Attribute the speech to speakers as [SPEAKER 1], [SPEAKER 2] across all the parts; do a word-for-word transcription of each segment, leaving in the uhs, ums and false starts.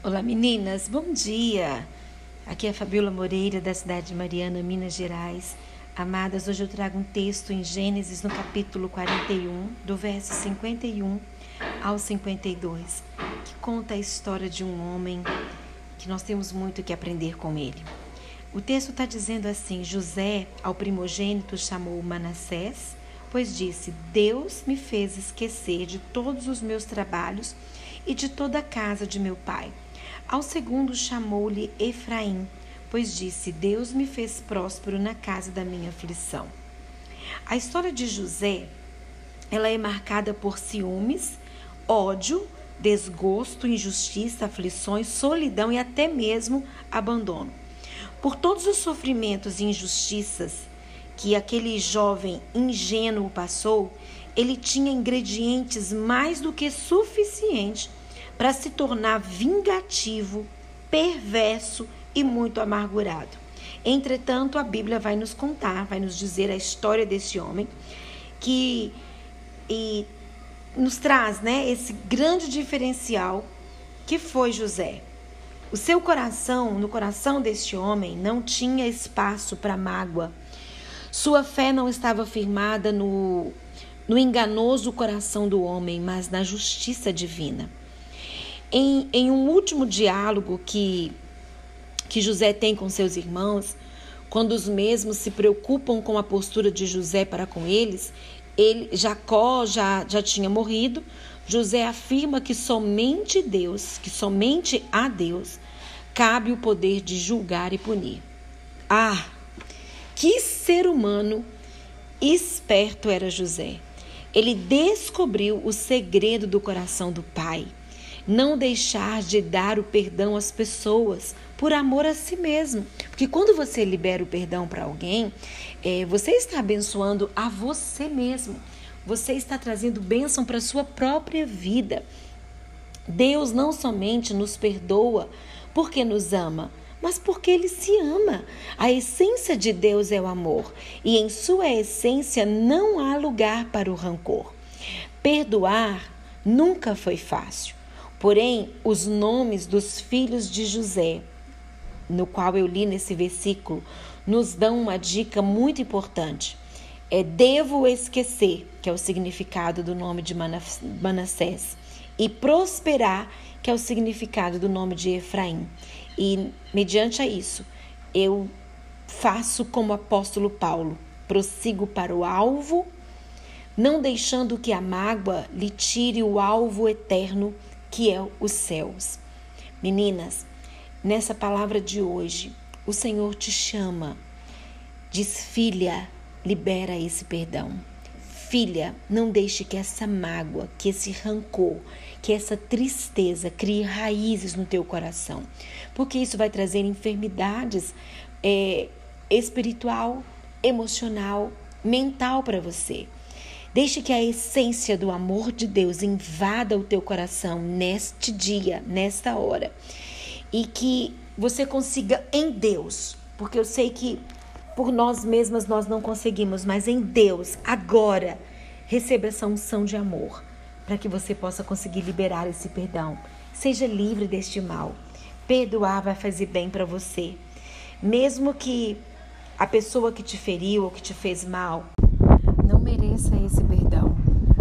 [SPEAKER 1] Olá meninas, bom dia! Aqui é a Fabiola Moreira da cidade de Mariana, Minas Gerais. Amadas, hoje eu trago um texto em Gênesis no capítulo quarenta e um, do verso cinquenta e um ao cinquenta e dois, que conta a história de um homem que nós temos muito que aprender com ele. O texto está dizendo assim: José ao primogênito chamou Manassés, pois disse: Deus me fez esquecer de todos os meus trabalhos e de toda a casa de meu pai. Ao segundo chamou-lhe Efraim, pois disse: Deus me fez próspero na casa da minha aflição. A história de José, ela é marcada por ciúmes, ódio, desgosto, injustiça, aflições, solidão e até mesmo abandono. Por todos os sofrimentos e injustiças que aquele jovem ingênuo passou, ele tinha ingredientes mais do que suficientes para se tornar vingativo, perverso e muito amargurado. Entretanto, a Bíblia vai nos contar, vai nos dizer a história desse homem que e nos traz, né, esse grande diferencial que foi José. O seu coração, no coração deste homem, não tinha espaço para mágoa. Sua fé não estava firmada no, no enganoso coração do homem, mas na justiça divina. Em, em um último diálogo que, que José tem com seus irmãos, quando os mesmos se preocupam com a postura de José para com eles, ele, Jacó já, já tinha morrido. José afirma que somente Deus, que somente a Deus, cabe o poder de julgar e punir. Ah, que ser humano esperto era José! Ele descobriu o segredo do coração do pai. Não deixar de dar o perdão às pessoas por amor a si mesmo. Porque quando você libera o perdão para alguém, é, você está abençoando a você mesmo. Você está trazendo bênção para a sua própria vida. Deus não somente nos perdoa porque nos ama, mas porque Ele se ama. A essência de Deus é o amor. E em sua essência não há lugar para o rancor. Perdoar nunca foi fácil. Porém, os nomes dos filhos de José, no qual eu li nesse versículo, nos dão uma dica muito importante. É devo esquecer, que é o significado do nome de Manassés, e prosperar, que é o significado do nome de Efraim. E, mediante a isso, eu faço como o apóstolo Paulo, prossigo para o alvo, não deixando que a mágoa lhe tire o alvo eterno, que é os céus. Meninas, nessa palavra de hoje, o Senhor te chama, diz: filha, libera esse perdão. Filha, não deixe que essa mágoa, que esse rancor, que essa tristeza crie raízes no teu coração, porque isso vai trazer enfermidades é, espiritual, emocional, mental para você. Deixe que a essência do amor de Deus invada o teu coração neste dia, nesta hora. E que você consiga em Deus, porque eu sei que por nós mesmas nós não conseguimos, mas em Deus, agora, receba essa unção de amor, para que você possa conseguir liberar esse perdão. Seja livre deste mal. Perdoar vai fazer bem para você. Mesmo que a pessoa que te feriu ou que te fez mal não mereça esse perdão,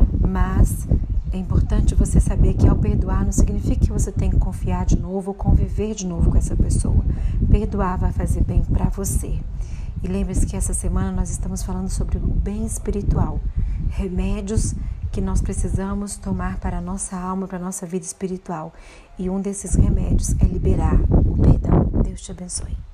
[SPEAKER 1] mas é importante você saber que ao perdoar não significa que você tem que confiar de novo ou conviver de novo com essa pessoa. Perdoar vai fazer bem para você. E lembre-se que essa semana nós estamos falando sobre o bem espiritual, remédios que nós precisamos tomar para a nossa alma, para a nossa vida espiritual. E um desses remédios é liberar o perdão. Deus te abençoe.